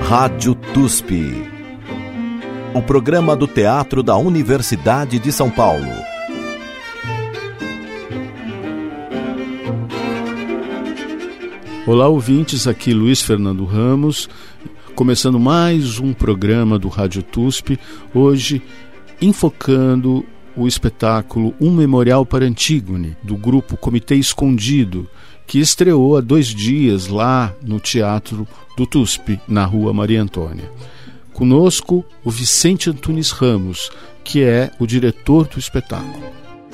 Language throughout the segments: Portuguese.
Rádio TUSP, o programa do Teatro da Universidade de São Paulo. Olá, ouvintes, aqui Luiz Fernando Ramos, começando mais um programa do Rádio TUSP, hoje enfocando o espetáculo Um Memorial para Antígone, do grupo Comitê Escondido, que estreou há 2 dias lá no Teatro do TUSP, na Rua Maria Antônia. Conosco, o Vicente Antunes Ramos, que é o diretor do espetáculo.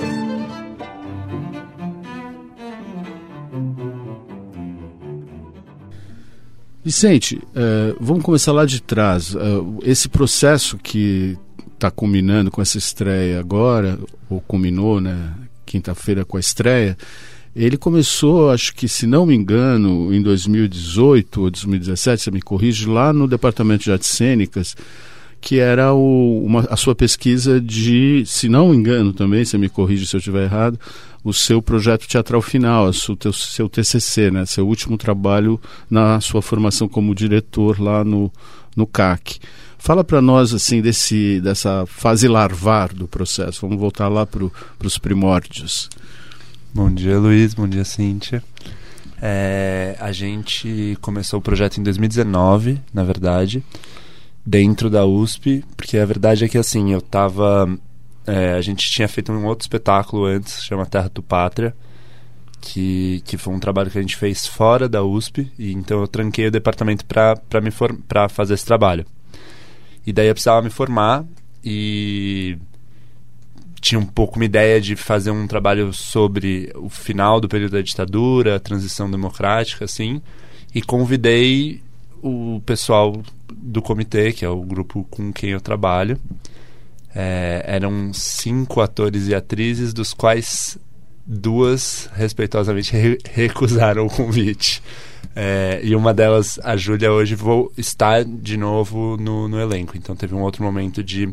Vicente, vamos começar lá de trás. Esse processo que está culminando com essa estreia agora, ou culminou, né, quinta-feira com a estreia, ele começou, acho que, se não me engano, em 2018 ou 2017, você me corrige, lá no Departamento de Artes Cênicas, que era a sua pesquisa de, se não me engano também, você me corrige se eu estiver errado, o seu projeto teatral final, seu TCC, né, seu último trabalho na sua formação como diretor lá no CAC. Fala para nós assim dessa fase larvar do processo. Vamos voltar lá para os primórdios. Bom dia, Luiz. Bom dia, Cíntia. A gente começou o projeto em 2019, na verdade, dentro da USP, porque a verdade é que assim, a gente tinha feito um outro espetáculo antes, chama Terra do Pátria, que foi um trabalho que a gente fez fora da USP, e então eu tranquei o departamento para fazer esse trabalho. E daí eu precisava me formar e tinha um pouco uma ideia de fazer um trabalho sobre o final do período da ditadura, a transição democrática, assim, e convidei o pessoal do comitê, que é o grupo com quem eu trabalho. Eram 5 atores e atrizes, dos quais 2 respeitosamente recusaram o convite. E uma delas, a Júlia, hoje está de novo no elenco. Então teve um outro momento de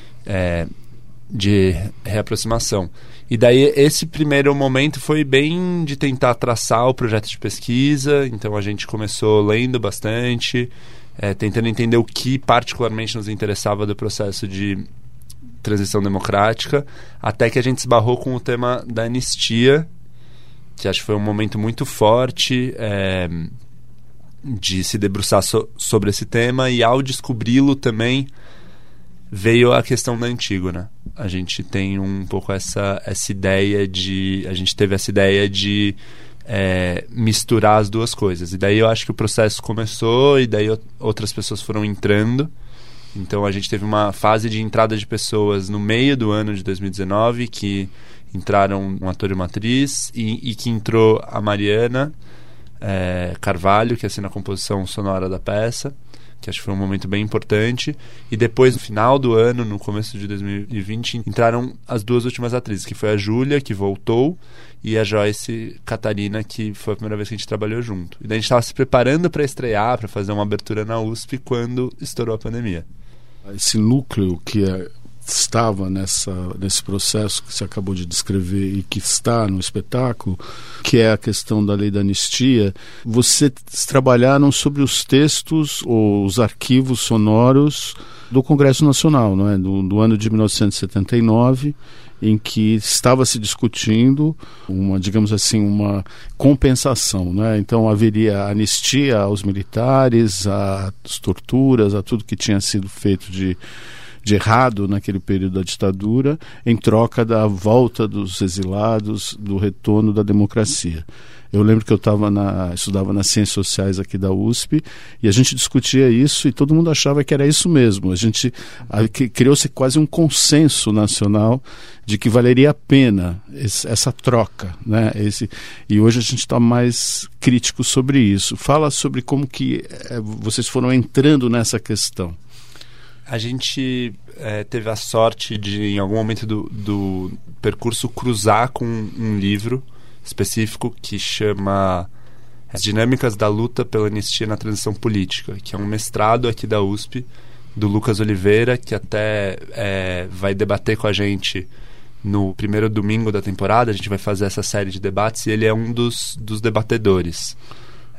reaproximação. E daí esse primeiro momento foi bem de tentar traçar o projeto de pesquisa. Então a gente começou lendo bastante, tentando entender o que particularmente nos interessava do processo de transição democrática, até que a gente esbarrou com o tema da anistia, que acho que foi um momento muito forte de se debruçar sobre esse tema, e ao descobri-lo também veio a questão da Antígona. A gente tem um pouco essa ideia de... A gente teve essa ideia de misturar as duas coisas. E daí eu acho que o processo começou, e daí outras pessoas foram entrando. Então a gente teve uma fase de entrada de pessoas no meio do ano de 2019, que entraram um ator e uma atriz, e que entrou a Mariana Carvalho, que assina a composição sonora da peça, que acho que foi um momento bem importante. E depois, no final do ano, no começo de 2020, entraram as 2 últimas atrizes, que foi a Júlia, que voltou, e a Joyce Catarina, que foi a primeira vez que a gente trabalhou junto. E daí a gente estava se preparando para estrear, para fazer uma abertura na USP, quando estourou a pandemia. Esse núcleo que estava nesse processo que você acabou de descrever e que está no espetáculo, que é a questão da lei da anistia, vocês trabalharam sobre os textos ou os arquivos sonoros do Congresso Nacional, não é? do ano de 1979, em que estava se discutindo digamos assim, uma compensação, né? Então haveria anistia aos militares, às torturas, a tudo que tinha sido feito de errado naquele período da ditadura, em troca da volta dos exilados, do retorno da democracia. Eu lembro que eu estudava nas Ciências Sociais aqui da USP, e a gente discutia isso e todo mundo achava que era isso mesmo. Criou-se quase um consenso nacional de que valeria a pena essa troca, né? E hoje a gente está mais crítico sobre isso. Fala sobre como que vocês foram entrando nessa questão. A gente teve a sorte de, em algum momento do percurso, cruzar com um livro específico que chama As Dinâmicas da Luta pela Anistia na Transição Política, que é um mestrado aqui da USP, do Lucas Oliveira, que até vai debater com a gente no primeiro domingo da temporada. A gente vai fazer essa série de debates e ele é um dos debatedores.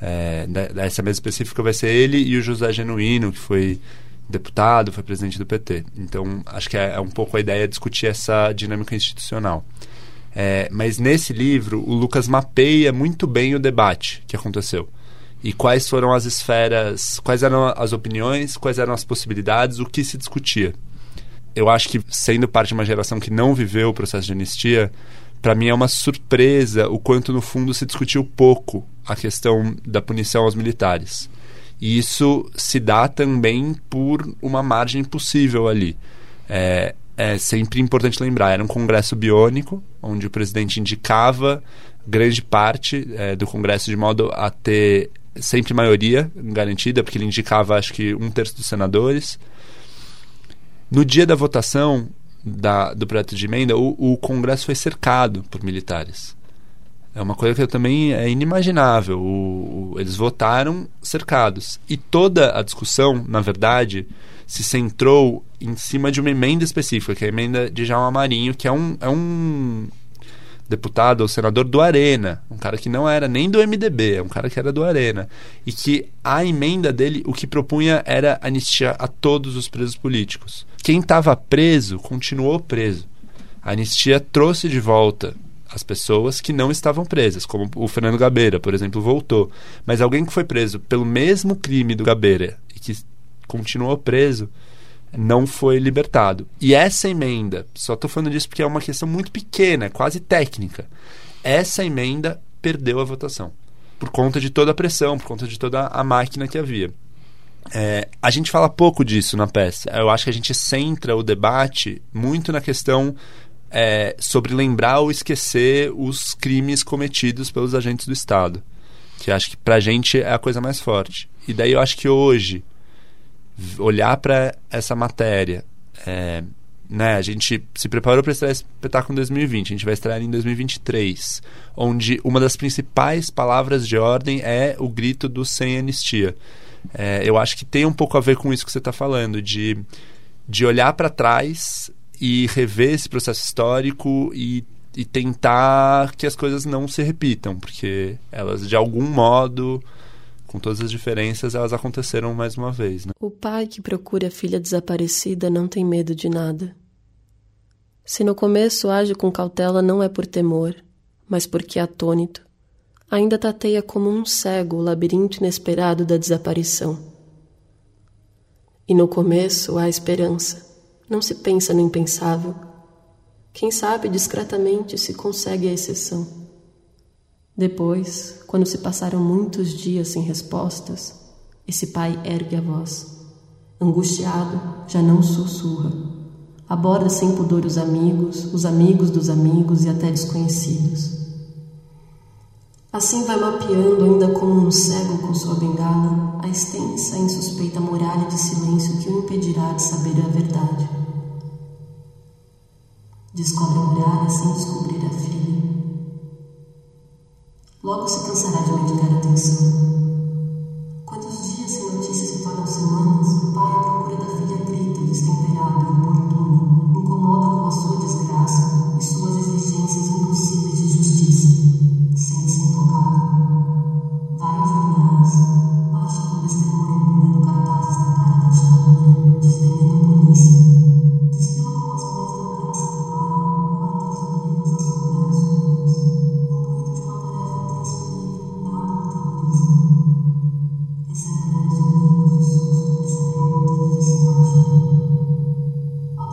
Dessa mesa específica vai ser ele e o José Genuíno, que foi deputado, foi presidente do PT. Então, acho que é um pouco a ideia de discutir essa dinâmica institucional. Mas nesse livro, o Lucas mapeia muito bem o debate que aconteceu. E quais foram as esferas, quais eram as opiniões, quais eram as possibilidades, o que se discutia. Eu acho que, sendo parte de uma geração que não viveu o processo de anistia, para mim é uma surpresa o quanto, no fundo, se discutiu pouco a questão da punição aos militares. E isso se dá também por uma margem possível ali. É sempre importante lembrar, era um congresso biônico, onde o presidente indicava grande parte do congresso de modo a ter sempre maioria garantida, porque ele indicava, acho que, 1/3 dos senadores. No dia da votação do projeto de emenda, o Congresso foi cercado por militares. É uma coisa que também é inimaginável. Eles votaram cercados. E toda a discussão, na verdade, se centrou em cima de uma emenda específica, que é a emenda de Djalma Marinho, que é um deputado ou senador do Arena, um cara que não era nem do MDB, é um cara que era do Arena, e que a emenda dele, o que propunha era anistiar a todos os presos políticos. Quem estava preso continuou preso. A anistia trouxe de volta as pessoas que não estavam presas, como o Fernando Gabeira, por exemplo, voltou. Mas alguém que foi preso pelo mesmo crime do Gabeira e que continuou preso, não foi libertado. E essa emenda, só estou falando disso porque é uma questão muito pequena, quase técnica. Essa emenda perdeu a votação, por conta de toda a pressão, por conta de toda a máquina que havia. A gente fala pouco disso na peça. Eu acho que a gente centra o debate muito na questão sobre lembrar ou esquecer os crimes cometidos pelos agentes do Estado, que acho que pra gente é a coisa mais forte. E daí eu acho que hoje olhar para essa matéria, a gente se preparou para estrear esse espetáculo em 2020, a gente vai estrear em 2023, onde uma das principais palavras de ordem é o grito do sem anistia. Eu acho que tem um pouco a ver com isso que você está falando, de olhar para trás e rever esse processo histórico e tentar que as coisas não se repitam, porque elas, de algum modo, com todas as diferenças, elas aconteceram mais uma vez, né? O pai que procura a filha desaparecida não tem medo de nada. Se no começo age com cautela, não é por temor, mas porque, atônito, ainda tateia como um cego o labirinto inesperado da desaparição. E no começo há esperança. Não se pensa no impensável. Quem sabe, discretamente, se consegue a exceção. Depois, quando se passaram muitos dias sem respostas, esse pai ergue a voz. Angustiado, já não sussurra. Aborda sem pudor os amigos dos amigos e até desconhecidos. Assim vai mapeando, ainda como um cego com sua bengala, a extensa e insuspeita muralha de silêncio que o impedirá de saber a verdade. Descobre o olhar sem descobrir a filha. Logo se cansará de medicar a atenção. Quantos dias sem notícias se tornam semanas, o pai, à procura da filha, grita, destemperado e importuno, incomoda com a sua desgraça e suas exigências impossíveis de justiça. Sente-se intocado. Vai aos jornais, baixa com destemor empunhando cartazes na cara da ditadura, destemendo a polícia. Desfila com as mães na praça do bar, corta os ouvidos aos congressos, imbuído de uma tarefa intensa e nada protagoniza. Recebe velhos amigos de susto, percebe a montanha de simpatia. Ao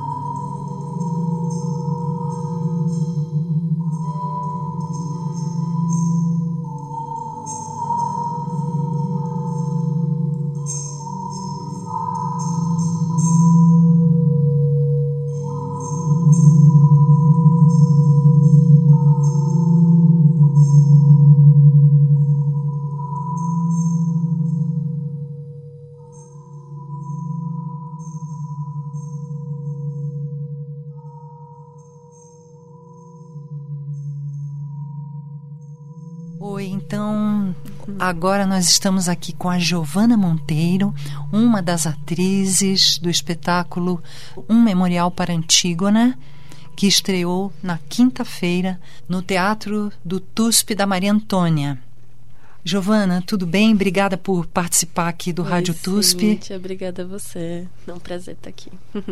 Oi, então agora nós estamos aqui com a Giovana Monteiro, uma das atrizes do espetáculo Um Memorial para Antígona, que estreou na quinta-feira no Teatro do TUSP da Maria Antônia. Giovana, tudo bem? Obrigada por participar aqui do Rádio TUSP. Cíntia, obrigada a você. É um prazer estar aqui.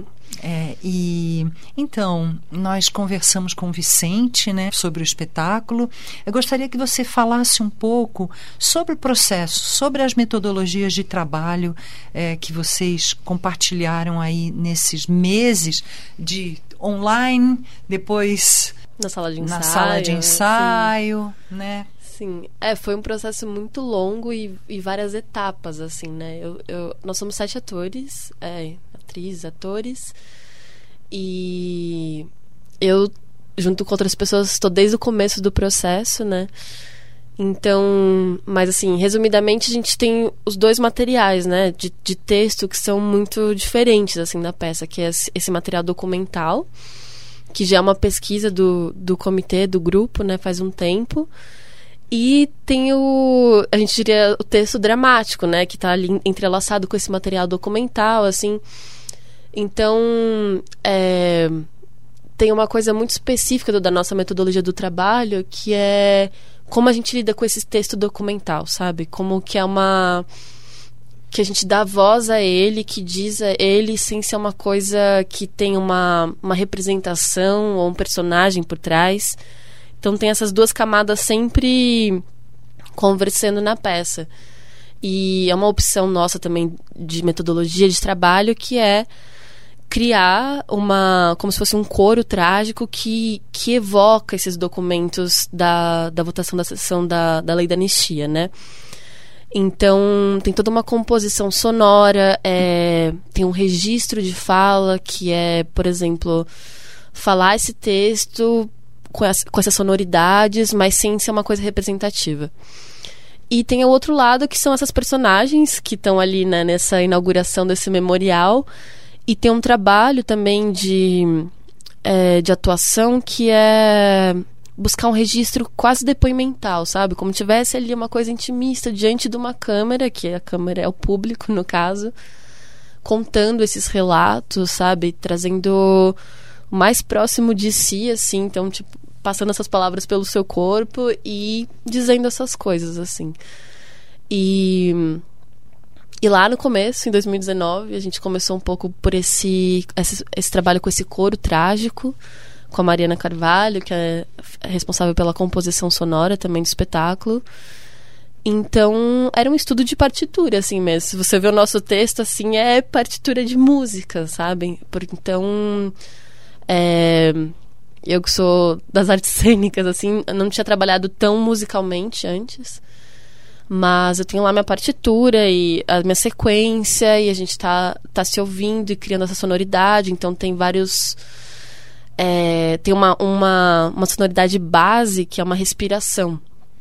Então, nós conversamos com o Vicente, né, sobre o espetáculo. Eu gostaria que você falasse um pouco sobre o processo, sobre as metodologias de trabalho que vocês compartilharam aí nesses meses de online, depois na sala de ensaio, né? Sim, foi um processo muito longo e várias etapas, assim, né? Nós somos 7 atores, atrizes, atores, e eu, junto com outras pessoas, estou desde o começo do processo, né? Então, mas assim, resumidamente, a gente tem os 2 materiais, né, de texto que são muito diferentes, assim, da peça, que é esse material documental, que já é uma pesquisa do comitê, do grupo, né, faz um tempo. E tem a gente diria, o texto dramático, né, que está ali entrelaçado com esse material documental, assim. Então, tem uma coisa muito específica da nossa metodologia do trabalho, que é como a gente lida com esse texto documental, sabe? Como que que a gente dá voz a ele, que diz a ele sem ser uma coisa que tem uma representação ou um personagem por trás. Então tem essas 2 camadas sempre conversando na peça. E é uma opção nossa também de metodologia de trabalho, que é criar como se fosse um coro trágico que evoca esses documentos da votação da sessão da lei da anistia, né? Então tem toda uma composição sonora, tem um registro de fala que é, por exemplo, falar esse texto com essas sonoridades, mas sem ser uma coisa representativa. E tem o outro lado, que são essas personagens que estão ali, né, nessa inauguração desse memorial. E tem um trabalho também de atuação, que é buscar um registro quase depoimental, sabe? Como tivesse ali uma coisa intimista diante de uma câmera, que a câmera é o público, no caso, contando esses relatos, sabe? Trazendo o mais próximo de si, assim. Então, tipo, passando essas palavras pelo seu corpo e dizendo essas coisas, assim. E lá no começo, em 2019, a gente começou um pouco por esse trabalho com esse coro trágico, com a Mariana Carvalho, que é responsável pela composição sonora também do espetáculo. Então, era um estudo de partitura, assim mesmo. Se você vê o nosso texto, assim, é partitura de música, sabe? Então, eu que sou das artes cênicas, assim, não tinha trabalhado tão musicalmente antes, mas eu tenho lá minha partitura e a minha sequência, e a gente tá se ouvindo e criando essa sonoridade. Então tem vários... tem uma sonoridade base, que é uma respiração,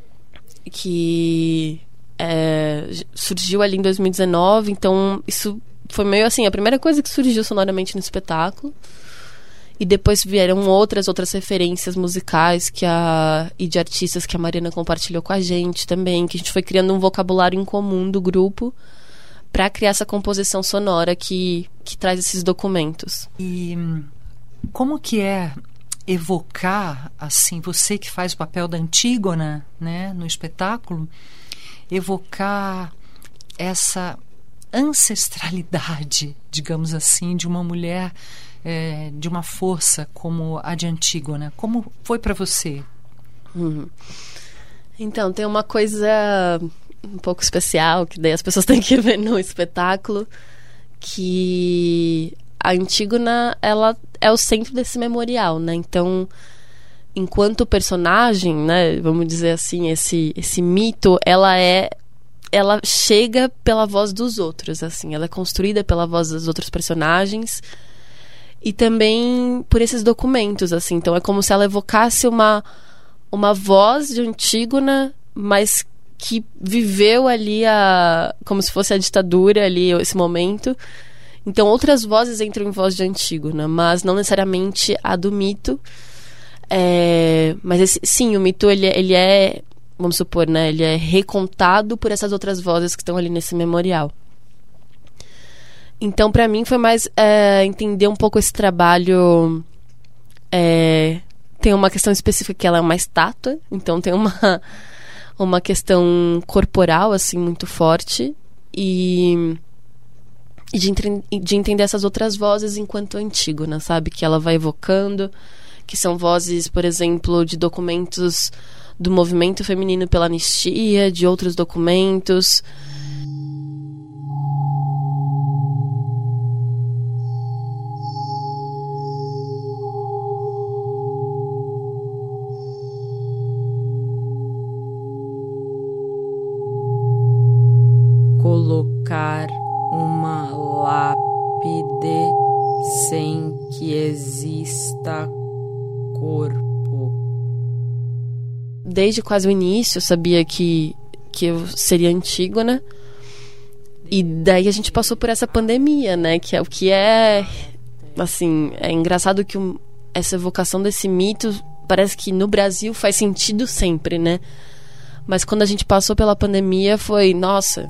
que surgiu ali em 2019. Então isso foi meio assim, a primeira coisa que surgiu sonoramente no espetáculo. E depois vieram outras referências musicais e de artistas que a Mariana compartilhou com a gente também, que a gente foi criando um vocabulário em comum do grupo para criar essa composição sonora que traz esses documentos. E como que é evocar, assim, você que faz o papel da Antígona, né, no espetáculo, evocar essa ancestralidade, digamos assim, de uma mulher, de uma força como a de Antígona? Como foi para você? Então, tem uma coisa um pouco especial, que daí as pessoas têm que ver no espetáculo, que a Antígona, ela é o centro desse memorial, né? Então, enquanto personagem, né, vamos dizer assim, esse mito, ela chega pela voz dos outros, assim, ela é construída pela voz dos outros personagens e também por esses documentos, assim. Então é como se ela evocasse uma voz de Antígona, mas que viveu ali como se fosse a ditadura ali, esse momento. Então outras vozes entram em voz de Antígona, mas não necessariamente a do mito. Mas sim, o mito ele é, vamos supor, né, ele é recontado por essas outras vozes que estão ali nesse memorial. Então, para mim, foi mais entender um pouco esse trabalho. Tem uma questão específica, que ela é uma estátua, então tem uma questão corporal, assim, muito forte. E de entender essas outras vozes enquanto Antígona, sabe? Que ela vai evocando, que são vozes, por exemplo, de documentos do movimento feminino pela anistia, de outros documentos. Colocar uma lápide sem que exista corpo. Desde quase o início eu sabia que eu seria Antígona. E daí a gente passou por essa pandemia, né? Que é o que é... Assim, é engraçado que essa evocação desse mito parece que no Brasil faz sentido sempre, né? Mas quando a gente passou pela pandemia foi... Nossa,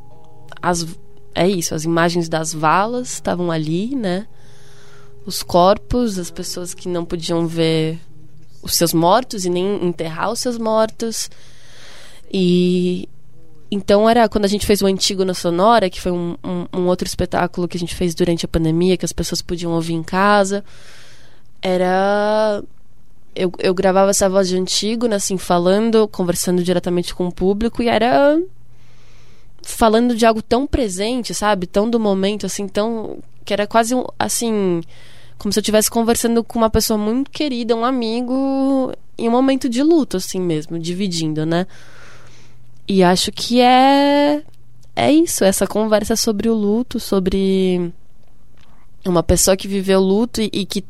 é isso, as imagens das valas estavam ali, né? Os corpos, as pessoas que não podiam ver os seus mortos e nem enterrar os seus mortos. E então era quando a gente fez o Antígona Sonora, que foi um outro espetáculo que a gente fez durante a pandemia, que as pessoas podiam ouvir em casa. Era... Eu gravava essa voz de Antígona, assim, falando, conversando diretamente com o público, e era... falando de algo tão presente, sabe? Tão do momento, assim, tão... que era quase, assim... como se eu estivesse conversando com uma pessoa muito querida, um amigo, em um momento de luto, assim mesmo, dividindo, né? E acho que é isso, essa conversa sobre o luto, sobre uma pessoa que viveu luto e que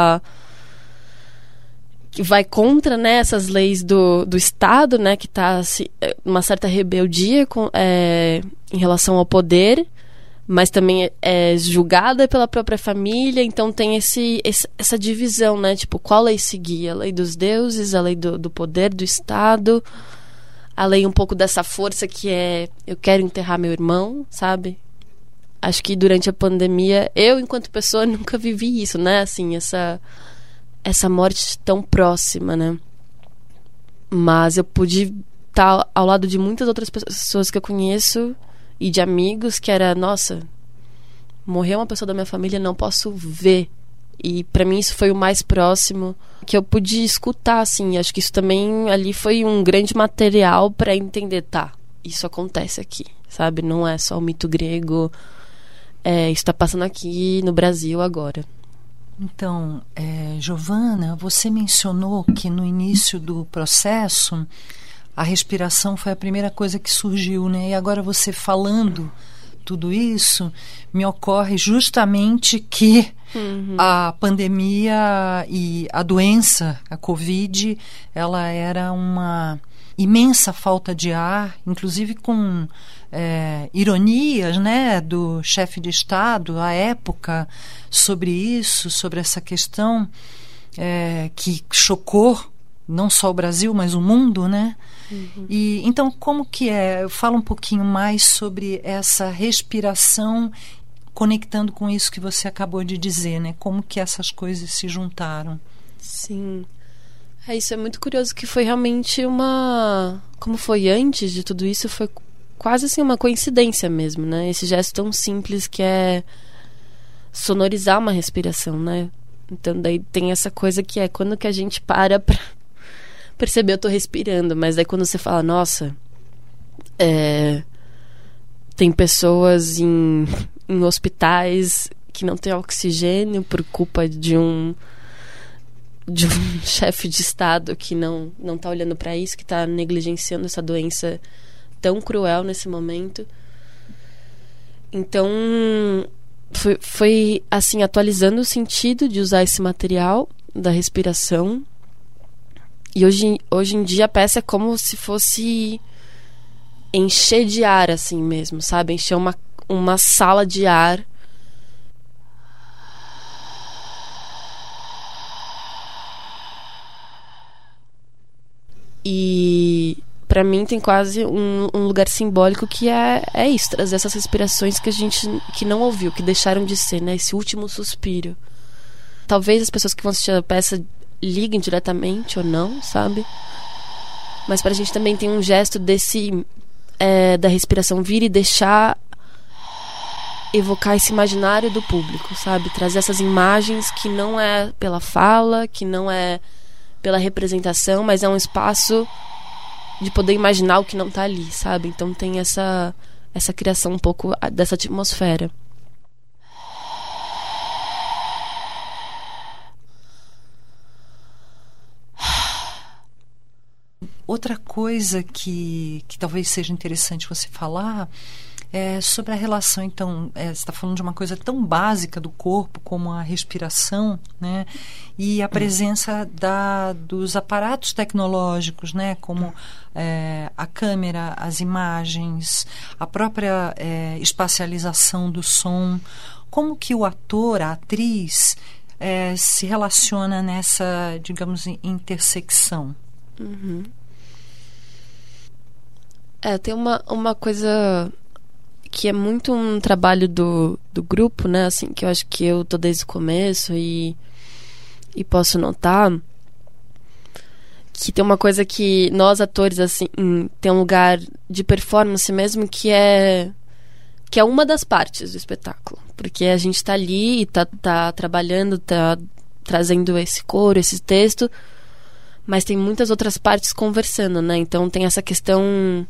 vai contra, né, essas leis do Estado, né, que está uma certa rebeldia em relação ao poder, mas também é julgada pela própria família. Então tem essa divisão, né, tipo, qual lei seguir? A lei dos deuses, a lei do poder do Estado, a lei um pouco dessa força que é eu quero enterrar meu irmão, sabe? Acho que durante a pandemia eu, enquanto pessoa, nunca vivi isso, né, assim, essa morte tão próxima, né? Mas eu pude estar ao lado de muitas outras pessoas que eu conheço e de amigos, que era, nossa, morreu uma pessoa da minha família, não posso ver. E pra mim isso foi o mais próximo que eu pude escutar, assim. Acho que isso também ali foi um grande material pra entender, tá, isso acontece aqui, sabe? Não é só o mito grego, isso tá passando aqui no Brasil agora. Então, Giovana, você mencionou que no início do processo a respiração foi a primeira coisa que surgiu, né? E agora você falando tudo isso, me ocorre justamente que a pandemia e a doença, a Covid, ela era uma imensa falta de ar, inclusive com ironias, né, do chefe de Estado à época sobre isso, sobre essa questão que chocou não só o Brasil, mas o mundo, né? E então, como que é? Fala um pouquinho mais sobre essa respiração, conectando com isso que você acabou de dizer, né? Como que essas coisas se juntaram? Sim. Isso é muito curioso, que foi realmente como foi antes de tudo isso, foi quase assim uma coincidência mesmo, né? Esse gesto tão simples que é sonorizar uma respiração, né? Então daí tem essa coisa que é quando que a gente para pra perceber, eu tô respirando, mas daí quando você fala, nossa, tem pessoas em hospitais que não tem oxigênio por culpa de um chefe de Estado que não tá olhando para isso, que tá negligenciando essa doença tão cruel nesse momento. Então foi assim, atualizando o sentido de usar esse material da respiração. E hoje em dia a peça é como se fosse encher de ar, assim mesmo, sabe? Encher uma sala de ar. E pra mim tem quase um lugar simbólico que é isso, trazer essas respirações que a gente que não ouviu, que deixaram de ser, né? Esse último suspiro. Talvez as pessoas que vão assistir a peça liguem diretamente ou não, sabe? mas pra gente também tem um gesto desse da respiração vir e deixar evocar esse imaginário do público, sabe? Trazer essas imagens que não é pela fala, que não é pela representação, mas é um espaço de poder imaginar o que não tá ali, sabe? Então tem essa criação um pouco dessa atmosfera. Outra coisa que talvez seja interessante você falar é sobre a relação, então, você está falando de uma coisa tão básica do corpo como a respiração, né? E a presença dos aparatos tecnológicos, né? Como a câmera, as imagens, a própria espacialização do som. Como que o ator, a atriz, se relaciona nessa, digamos, intersecção? Uhum. Tem uma coisa que é muito um trabalho do grupo, né? Assim, que eu acho que eu tô desde o começo e posso notar que tem uma coisa que nós atores, assim, tem um lugar de performance mesmo que é uma das partes do espetáculo, porque a gente tá ali e tá trabalhando, tá trazendo esse coro, esse texto, mas tem muitas outras partes conversando, né? Então tem essa questão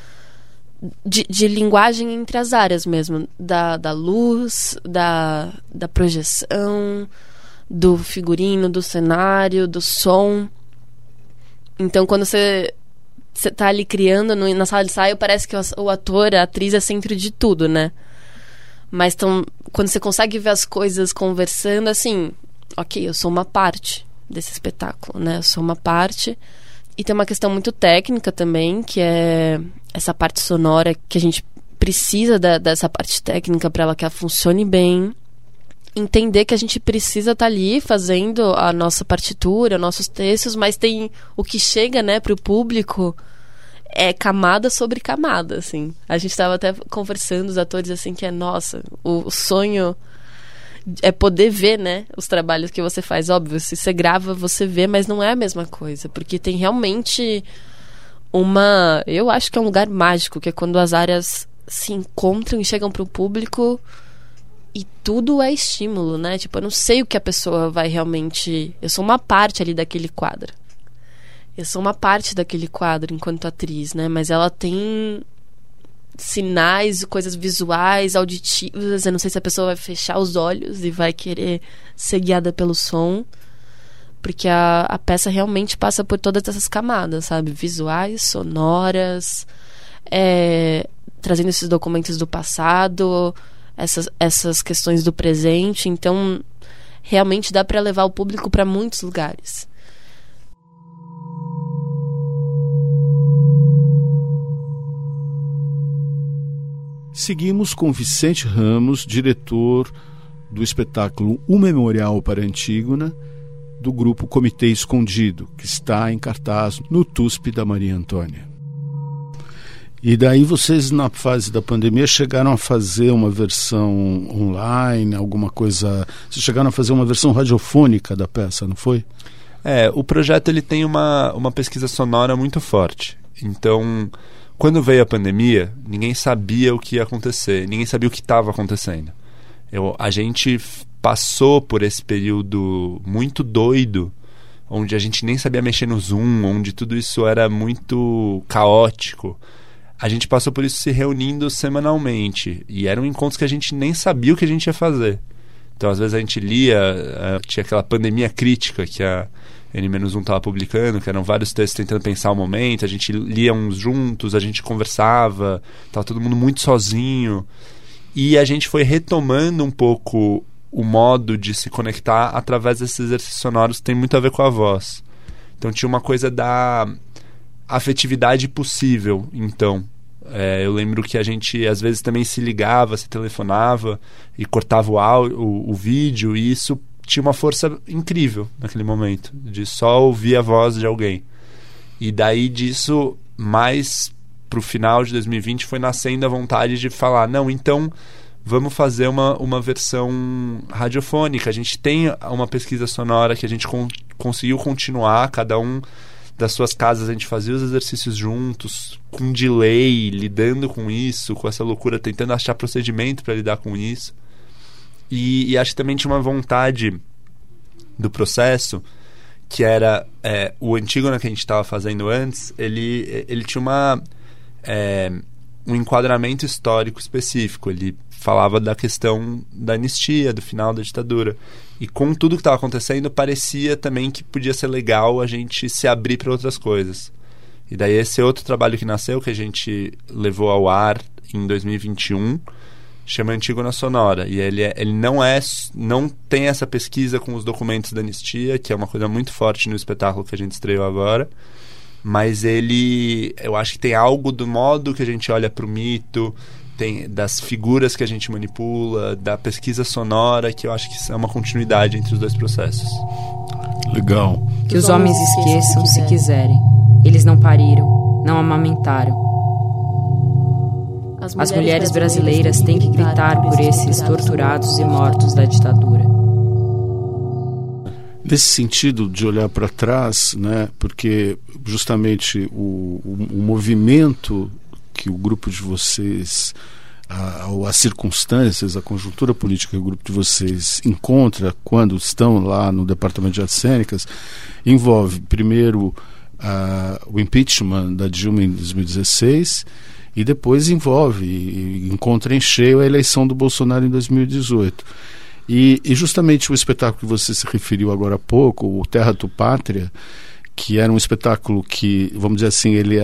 de linguagem entre as áreas mesmo, da luz, da projeção, do figurino, do cenário, do som. Então quando você tá ali criando na sala de ensaio, parece que o ator, a atriz é centro de tudo, né? Mas quando você consegue ver as coisas conversando, assim, ok, eu sou uma parte desse espetáculo, né? Eu sou uma parte. E tem uma questão muito técnica também, que é essa parte sonora, que a gente precisa dessa parte técnica para ela que ela funcione bem. Entender que a gente precisa estar ali fazendo a nossa partitura, nossos textos, mas tem o que chega, né, para o público é camada sobre camada, assim. A gente estava até conversando, os atores, assim, que nossa, o sonho é poder ver, né, os trabalhos que você faz. Óbvio, se você grava, você vê, mas não é a mesma coisa, porque tem realmente eu acho que é um lugar mágico, que é quando as áreas se encontram e chegam pro público e tudo é estímulo, né? Tipo, eu não sei o que a pessoa vai realmente... Eu sou uma parte ali daquele quadro. Eu sou uma parte daquele quadro enquanto atriz, né? Mas ela tem sinais, coisas visuais, auditivas. Eu não sei se a pessoa vai fechar os olhos e vai querer ser guiada pelo som, porque a peça realmente passa por todas essas camadas, sabe? Visuais, sonoras, trazendo esses documentos do passado, essas questões do presente. Então realmente dá para levar o público para muitos lugares. Seguimos com Vicente Ramos, diretor do espetáculo O Memorial para Antígona, do grupo Comitê Escondido, que está em cartaz no TUSP da Maria Antônia. E daí vocês, na fase da pandemia, chegaram a fazer uma versão online, alguma coisa... Vocês chegaram a fazer uma versão radiofônica da peça, não foi? O projeto ele tem uma pesquisa sonora muito forte. Então, quando veio a pandemia, ninguém sabia o que ia acontecer, ninguém sabia o que estava acontecendo. A gente passou por esse período muito doido, onde a gente nem sabia mexer no Zoom, onde tudo isso era muito caótico. A gente passou por isso se reunindo semanalmente, e eram encontros que a gente nem sabia o que a gente ia fazer. Então, às vezes a gente lia, tinha aquela pandemia crítica que a N-1 estava publicando, que eram vários textos tentando pensar o momento, a gente lia uns juntos, a gente conversava, estava todo mundo muito sozinho. E a gente foi retomando um pouco o modo de se conectar através desses exercícios sonoros que tem muito a ver com a voz. Então tinha uma coisa da afetividade possível. Então, eu lembro que a gente às vezes também se ligava, se telefonava e cortava o vídeo, e isso tinha uma força incrível naquele momento, de só ouvir a voz de alguém. E daí disso, mais pro final de 2020, foi nascendo a vontade de falar, não, então vamos fazer uma versão radiofônica. A gente tem uma pesquisa sonora que a gente conseguiu continuar, cada um das suas casas, a gente fazia os exercícios juntos, com delay, lidando com isso, com essa loucura, tentando achar procedimento para lidar com isso. E acho que também tinha uma vontade do processo, que era o Antígona que a gente estava fazendo antes, ele tinha um enquadramento histórico específico. Ele falava da questão da anistia, do final da ditadura. E com tudo que estava acontecendo, parecia também que podia ser legal a gente se abrir para outras coisas. E daí esse outro trabalho que nasceu, que a gente levou ao ar em 2021, chama Antígona Sonora. E ele não tem essa pesquisa com os documentos da anistia, que é uma coisa muito forte no espetáculo que a gente estreou agora. Mas eu acho que tem algo do modo que a gente olha para o mito, das figuras que a gente manipula, da pesquisa sonora, que eu acho que é uma continuidade entre os dois processos. Legal. Que os homens esqueçam se quiserem. Eles não pariram, não amamentaram. As mulheres brasileiras têm que gritar por esses torturados e mortos da ditadura. Nesse sentido de olhar para trás, né, porque justamente o movimento que o grupo de vocês, as circunstâncias, a conjuntura política que o grupo de vocês encontra quando estão lá no Departamento de Artes Cênicas, envolve primeiro o impeachment da Dilma em 2016 e depois encontra em cheio a eleição do Bolsonaro em 2018. E justamente o espetáculo que você se referiu agora há pouco, o Terra Tu Pátria, que era um espetáculo que, vamos dizer assim, ele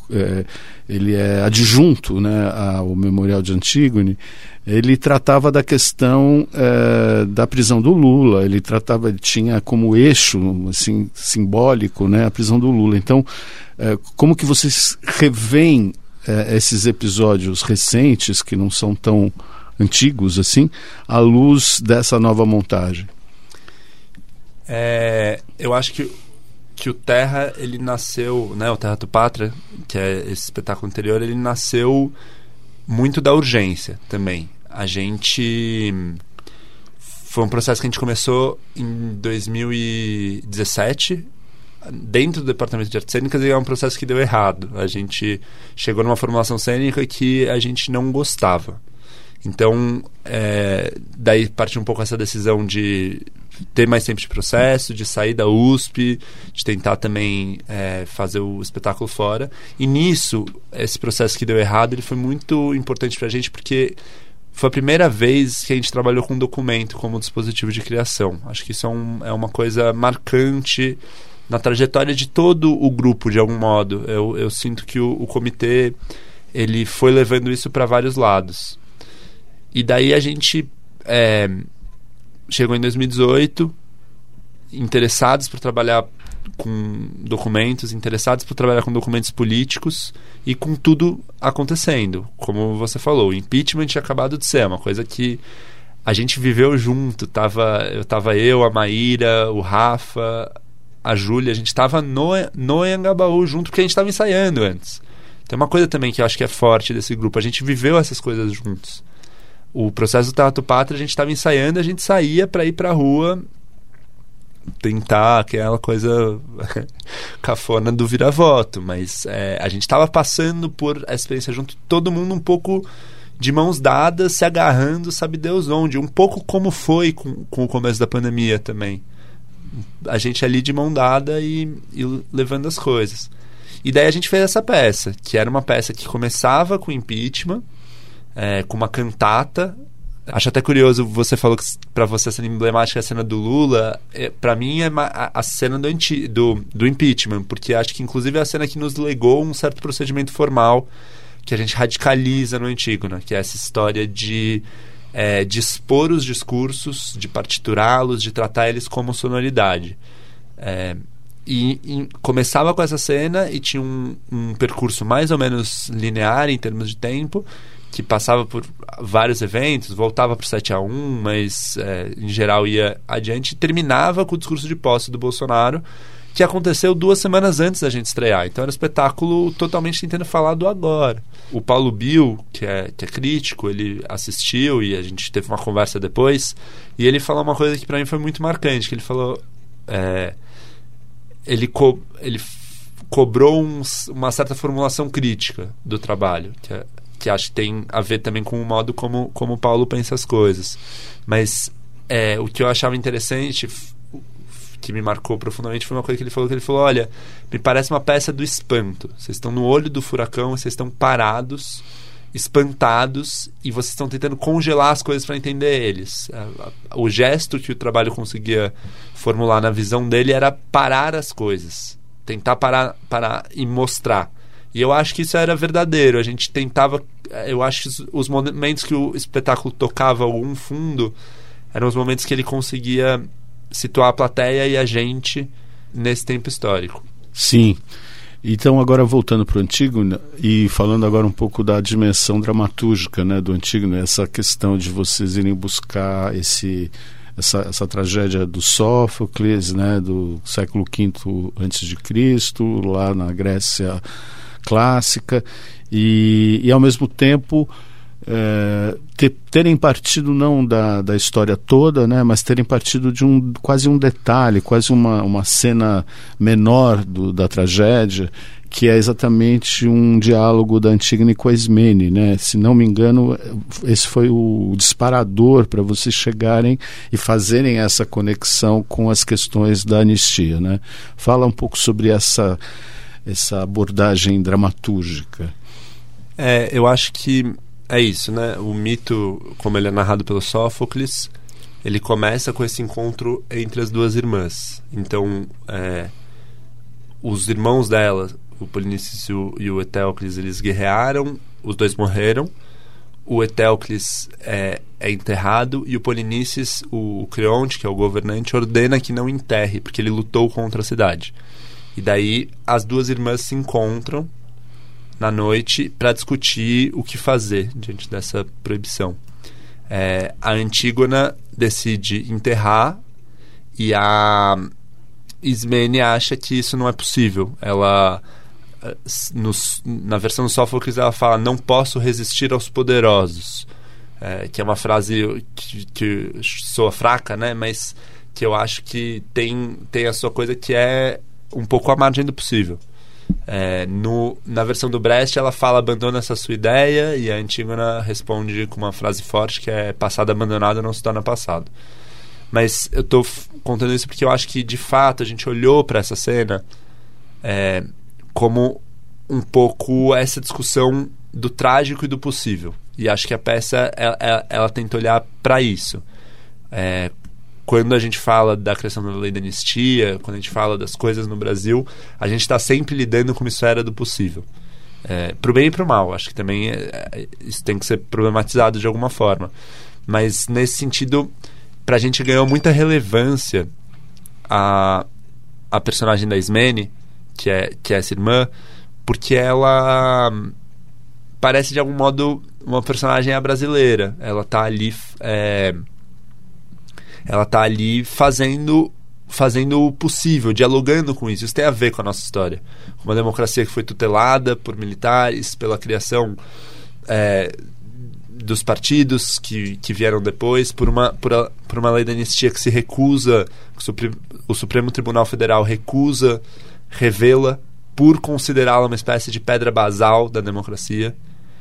é adjunto, né, ao Memorial de Antígone. Ele tratava da questão da prisão do Lula, ele tinha como eixo assim, simbólico, né, a prisão do Lula. Então, como que vocês revêem esses episódios recentes, que não são tão antigos assim, à luz dessa nova montagem? Eu acho que o Terra, ele nasceu, né, o Terra Tu Pátria, que é esse espetáculo anterior, ele nasceu muito da urgência também. Foi um processo que a gente começou em 2017, dentro do Departamento de Artes Cênicas, e é um processo que deu errado. A gente chegou numa formulação cênica que a gente não gostava. Então, daí partiu um pouco essa decisão de ter mais tempo de processo, de sair da USP, de tentar também fazer o espetáculo fora. E nisso, esse processo que deu errado, ele foi muito importante pra gente, porque foi a primeira vez que a gente trabalhou com documento como dispositivo de criação. Acho que isso é uma coisa marcante na trajetória de todo o grupo, de algum modo. Eu sinto que o comitê, ele foi levando isso para vários lados. E daí a gente chegou em 2018, interessados por trabalhar com documentos, interessados por trabalhar com documentos políticos e com tudo acontecendo. Como você falou, o impeachment tinha acabado de ser uma coisa que a gente viveu junto. Eu, a Maíra, o Rafa, a Júlia, a gente estava no Anhangabaú junto, porque a gente estava ensaiando antes. Tem uma coisa também que eu acho que é forte desse grupo, a gente viveu essas coisas juntos. O processo do Terra Tu Pátria, a gente estava ensaiando, a gente saía para ir para a rua tentar aquela coisa cafona do vira-voto, mas a gente estava passando por essa experiência junto, todo mundo um pouco de mãos dadas, se agarrando, sabe Deus onde, um pouco como foi com o começo da pandemia também. A gente ali de mão dada e levando as coisas. E daí a gente fez essa peça, que era uma peça que começava com impeachment, com uma cantata. Acho até curioso, você falou que pra você a cena emblemática é a cena do Lula. Pra mim é a cena do impeachment, porque acho que inclusive é a cena que nos legou um certo procedimento formal que a gente radicaliza no Antígona, que é essa história de expor os discursos, de partiturá-los, de tratar eles como sonoridade. E começava com essa cena e tinha um percurso mais ou menos linear em termos de tempo, que passava por vários eventos, voltava para o 7-1, mas em geral ia adiante, e terminava com o discurso de posse do Bolsonaro, que aconteceu 2 semanas antes da gente estrear. Então era um espetáculo totalmente tentando falar do agora. O Paulo Bill, que é crítico, ele assistiu e a gente teve uma conversa depois, e ele falou uma coisa que para mim foi muito marcante, que ele falou... Ele cobrou uma certa formulação crítica do trabalho, que acho que tem a ver também com o modo como o Paulo pensa as coisas. Mas o que eu achava interessante, que me marcou profundamente, foi uma coisa que ele falou, olha, me parece uma peça do espanto. Vocês estão no olho do furacão, vocês estão parados, espantados, e vocês estão tentando congelar as coisas para entender eles. O gesto que o trabalho conseguia formular na visão dele era parar as coisas, tentar parar e mostrar. E eu acho que isso era verdadeiro. A gente tentava... Eu acho que os momentos que o espetáculo tocava algum fundo eram os momentos que ele conseguia situar a plateia e a gente nesse tempo histórico. Sim. Então, agora voltando para o Antígona e falando agora um pouco da dimensão dramatúrgica, né, do Antígona, essa questão de vocês irem buscar essa tragédia do Sófocles, né, do século V a.C., lá na Grécia clássica, e ao mesmo tempo terem partido não da história toda, né, mas terem partido de quase um detalhe, quase uma cena menor da tragédia, que é exatamente um diálogo da Antígona com a Ismene, né? Se não me engano, esse foi o disparador para vocês chegarem e fazerem essa conexão com as questões da anistia, né? Fala um pouco sobre essa abordagem dramatúrgica. Eu acho que é isso, né? O mito, como ele é narrado pelo Sófocles, ele começa com esse encontro entre as duas irmãs. Então, os irmãos dela, o Polinices e o Etéocles, eles guerrearam, os dois morreram. O Etéocles é enterrado e o Polinices, o Creonte, que é o governante, ordena que não enterre, porque ele lutou contra a cidade. E daí as duas irmãs se encontram na noite para discutir o que fazer diante dessa proibição. A Antígona decide enterrar e a Ismene acha que isso não é possível. Ela, na versão do Sófocles, ela fala: não posso resistir aos poderosos, que é uma frase que soa fraca, né? Mas que eu acho que tem a sua coisa, que é um pouco à margem do possível. Na versão do Brecht, ela fala: abandona essa sua ideia, e a Antígona responde com uma frase forte, que é: passado abandonado não se torna passado. Mas eu estou contando isso porque eu acho que, de fato, a gente olhou para essa cena como um pouco essa discussão do trágico e do possível. E acho que a peça ela tenta olhar para isso. Quando a gente fala da criação da lei da anistia, quando a gente fala das coisas no Brasil, a gente está sempre lidando com uma esfera do possível. Pro bem e pro mal. Acho que também isso tem que ser problematizado de alguma forma. Mas, nesse sentido, pra gente ganhou muita relevância a personagem da Ismene, que é essa irmã, porque ela parece, de algum modo, uma personagem brasileira. Ela tá ali fazendo o possível, dialogando com isso. Isso tem a ver com a nossa história. Uma democracia que foi tutelada por militares, pela criação dos partidos que vieram depois, por uma lei da anistia que se recusa, o Supremo Tribunal Federal recusa revê-la por considerá-la uma espécie de pedra basal da democracia.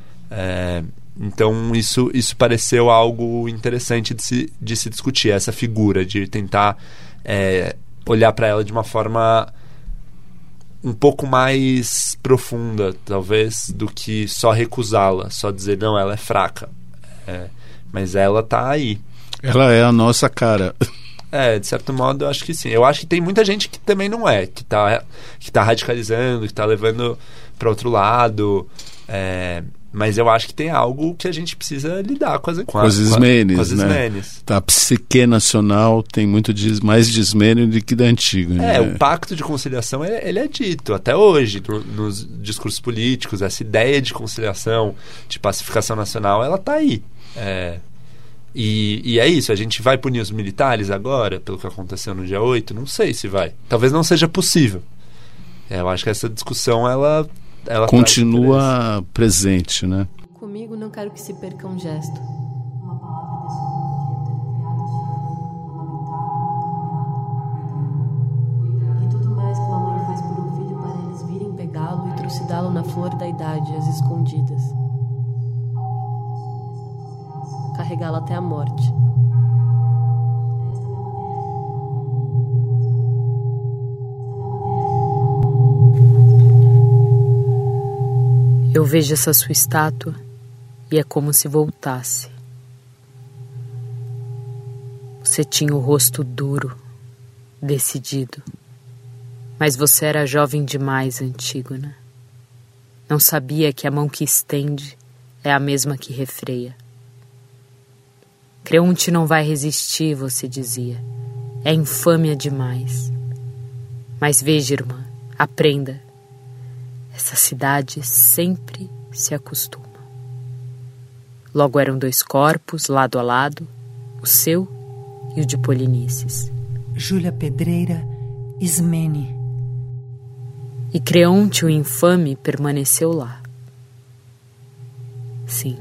Então isso pareceu algo interessante de se discutir, essa figura, de tentar olhar para ela de uma forma um pouco mais profunda, talvez, do que só recusá-la, só dizer: não, ela é fraca. Mas ela tá aí. Ela é a nossa cara. De certo modo, eu acho que sim. Eu acho que tem muita gente que também não é, que tá radicalizando, que tá levando para outro lado. Mas eu acho que tem algo que a gente precisa lidar com as Ismenes, né? Ismenes. A psique nacional tem muito mais de Ismene do que da Antígona. Né? O pacto de conciliação, ele é dito até hoje nos discursos políticos. Essa ideia de conciliação, de pacificação nacional, ela tá aí. E é isso. A gente vai punir os militares agora, pelo que aconteceu no dia 8? Não sei se vai. Talvez não seja possível. Eu acho que essa discussão, ela continua presente, né? Comigo não quero que se perca um gesto. Uma palavra desse mundo que eu ter criado, amamentar, cuidar. E tudo mais que uma mãe faz por um filho para eles virem elucidá-lo na flor da idade, às escondidas. Carregá-lo até a morte. Eu vejo essa sua estátua e é como se voltasse. Você tinha o rosto duro, decidido, mas você era jovem demais, Antígona. Não sabia que a mão que estende é a mesma que refreia. Creonte não vai resistir, você dizia. É infâmia demais. Mas veja, irmã, aprenda. Essa cidade sempre se acostuma. Logo eram 2 corpos, lado a lado, o seu e o de Polinices. Júlia Pedreira, Ismene. E Creonte, o infame, permaneceu lá. Sim.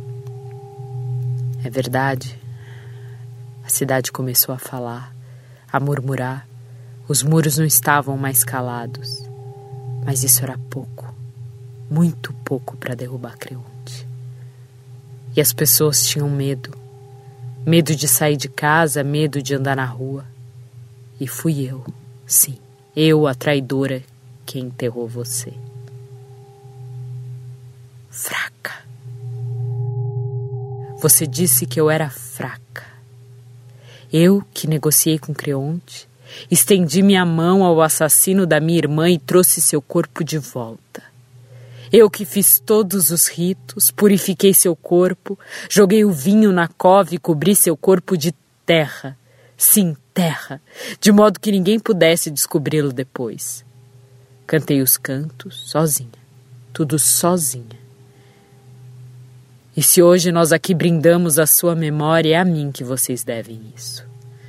É verdade. A cidade começou a falar, a murmurar. Os muros não estavam mais calados. Mas isso era pouco, muito pouco para derrubar Creonte. E as pessoas tinham medo. Medo de sair de casa, medo de andar na rua. E fui eu, sim, eu, a traidora, quem enterrou você. Fraca. Você disse que eu era fraca. Eu, que negociei com Creonte, estendi minha mão ao assassino da minha irmã e trouxe seu corpo de volta. Eu que fiz todos os ritos, purifiquei seu corpo, joguei o vinho na cova e cobri seu corpo de terra. Sim, terra, de modo que ninguém pudesse descobri-lo depois. Cantei os cantos sozinha, tudo sozinha. E se hoje nós aqui brindamos a sua memória, é a mim que vocês devem isso.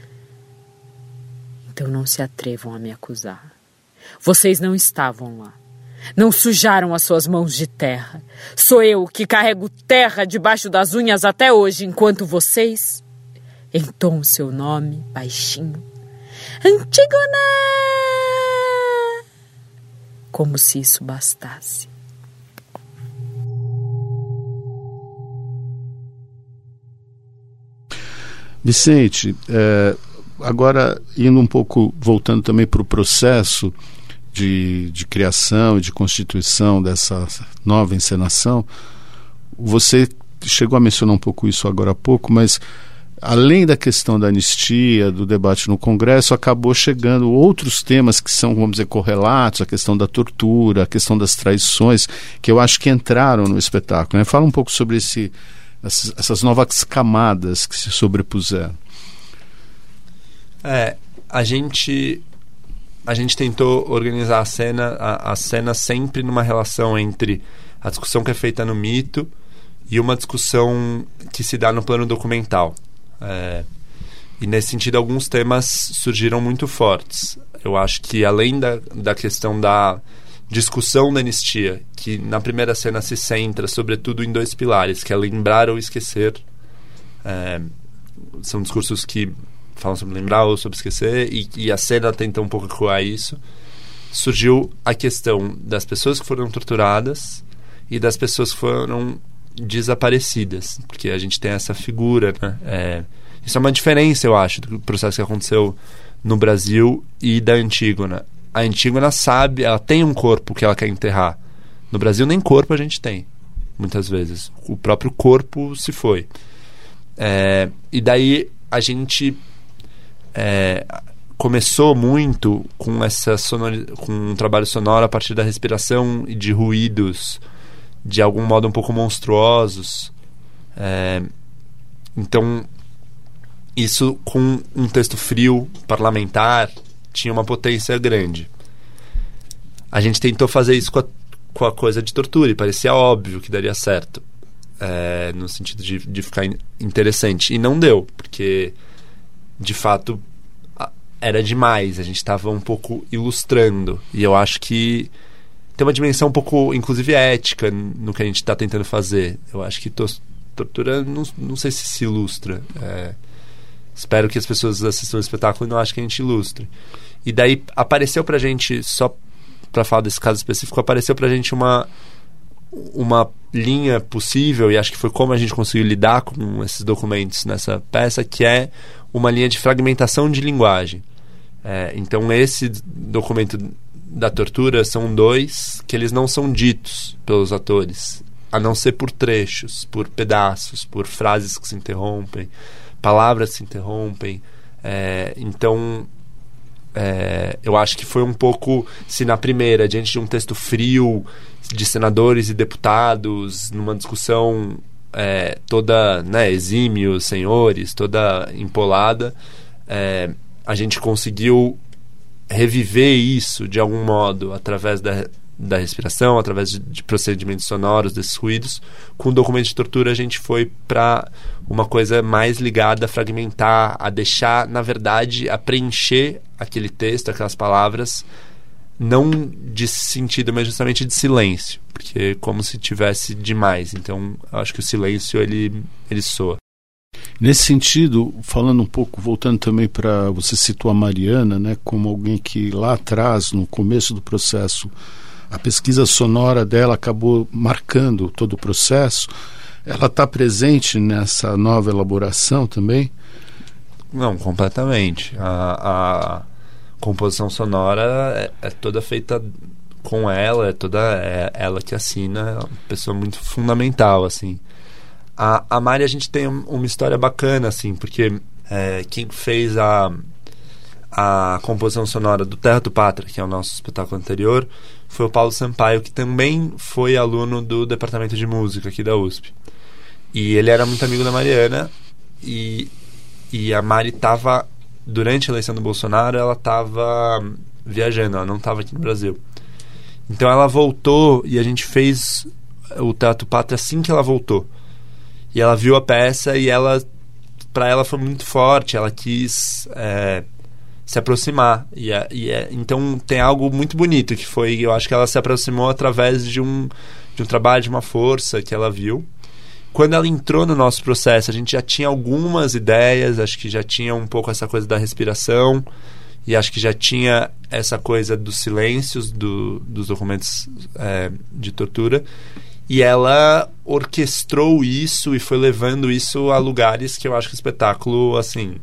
Então não se atrevam a me acusar. Vocês não estavam lá. Não sujaram as suas mãos de terra. Sou eu que carrego terra debaixo das unhas até hoje, enquanto vocês entoam seu nome baixinho. Antígona! Como se isso bastasse. Vicente, agora indo um pouco, voltando também para o processo de criação e de constituição dessa nova encenação, você chegou a mencionar um pouco isso agora há pouco, mas além da questão da anistia, do debate no Congresso, acabou chegando outros temas que são, vamos dizer, correlatos, a questão da tortura, a questão das traições, que eu acho que entraram no espetáculo, né? Fala um pouco sobre essas novas camadas que se sobrepuseram. A gente tentou organizar a cena sempre numa relação entre a discussão que é feita no mito e uma discussão que se dá no plano documental. E nesse sentido alguns temas surgiram muito fortes. Eu acho que além da questão da discussão da anistia, que na primeira cena se centra sobretudo em 2 pilares, que é lembrar ou esquecer. São discursos que falam sobre lembrar ou sobre esquecer, e a cena tenta um pouco ecoar isso. Surgiu a questão das pessoas que foram torturadas e das pessoas que foram desaparecidas, porque a gente tem essa figura, né? Isso é uma diferença, eu acho, do processo que aconteceu no Brasil e da Antígona. A Antígona sabe, ela tem um corpo que ela quer enterrar. No Brasil nem corpo a gente tem, muitas vezes. O próprio corpo se foi. E daí a gente começou muito com com um trabalho sonoro a partir da respiração e de ruídos de algum modo um pouco monstruosos. Então isso, com um texto frio, parlamentar, tinha uma potência grande. A gente tentou fazer isso com a coisa de tortura e parecia óbvio que daria certo, no sentido de ficar interessante, e não deu, porque de fato era demais. A gente estava um pouco ilustrando, e eu acho que tem uma dimensão um pouco, inclusive, ética no que a gente está tentando fazer. Eu acho que tortura não sei se ilustra. Espero que as pessoas assistam o espetáculo e não achem que a gente ilustre. E daí apareceu pra gente, só para falar desse caso específico, apareceu pra gente uma linha possível, e acho que foi como a gente conseguiu lidar com esses documentos nessa peça, que é uma linha de fragmentação de linguagem. Então esse documento da tortura são 2 que eles não são ditos pelos atores, a não ser por trechos, por pedaços, por frases que se interrompem, palavras que se interrompem. Então eu acho que foi um pouco, se na primeira, diante de um texto frio de senadores e deputados, numa discussão toda, né, exímios, senhores, toda empolada, a gente conseguiu reviver isso de algum modo através da respiração, através de procedimentos sonoros, desses ruídos. Com o documento de tortura a gente foi para uma coisa mais ligada a fragmentar, a deixar, na verdade, a preencher aquele texto, aquelas palavras, não de sentido, mas justamente de silêncio, porque como se tivesse demais. Então eu acho que o silêncio ele soa. Nesse sentido, falando um pouco, voltando também para, você citou a Mariana, né, como alguém que lá atrás, no começo do processo, a pesquisa sonora dela acabou marcando todo o processo. Ela está presente nessa nova elaboração também? Não, completamente. A composição sonora é toda feita com ela, é ela que assina, é uma pessoa muito fundamental, assim. A Mari, a gente tem uma história bacana, assim, porque quem fez a composição sonora do Terra do Pátria, que é o nosso espetáculo anterior, foi o Paulo Sampaio, que também foi aluno do departamento de música aqui da USP. E ele era muito amigo da Mariana, e a Mari estava, durante a eleição do Bolsonaro, ela estava viajando, ela não estava aqui no Brasil. Então ela voltou e a gente fez o Teatro Pátria assim que ela voltou. E ela viu a peça e para ela foi muito forte, ela quis se aproximar. Então tem algo muito bonito, que foi, eu acho que ela se aproximou através de um trabalho, de uma força que ela viu. Quando ela entrou no nosso processo, a gente já tinha algumas ideias, acho que já tinha um pouco essa coisa da respiração, e acho que já tinha essa coisa dos silêncios dos documentos de tortura, e ela orquestrou isso e foi levando isso a lugares que eu acho que o espetáculo, assim,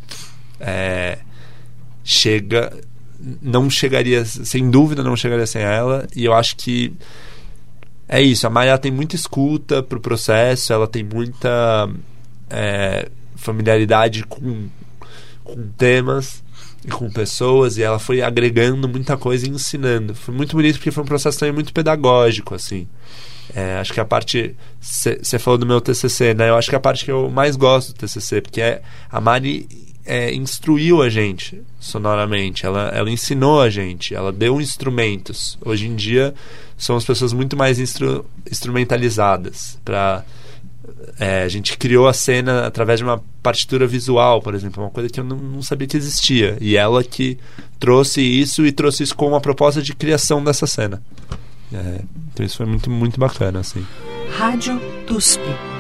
não chegaria, sem dúvida não chegaria sem ela. E eu acho que é isso, a Maia tem muita escuta pro processo, ela tem muita familiaridade com temas e com pessoas, e ela foi agregando muita coisa e ensinando. Foi muito bonito, porque foi um processo também muito pedagógico, assim. Acho que a parte, você falou do meu TCC, né? Eu acho que a parte que eu mais gosto do TCC, porque a Mari instruiu a gente sonoramente, ela ensinou a gente, ela deu instrumentos. Hoje em dia somos pessoas muito mais instrumentalizadas. A gente criou a cena através de uma partitura visual, por exemplo, uma coisa que eu não sabia que existia, e ela que trouxe isso com uma proposta de criação dessa cena. Então isso foi muito, muito bacana, assim. Rádio TUSP,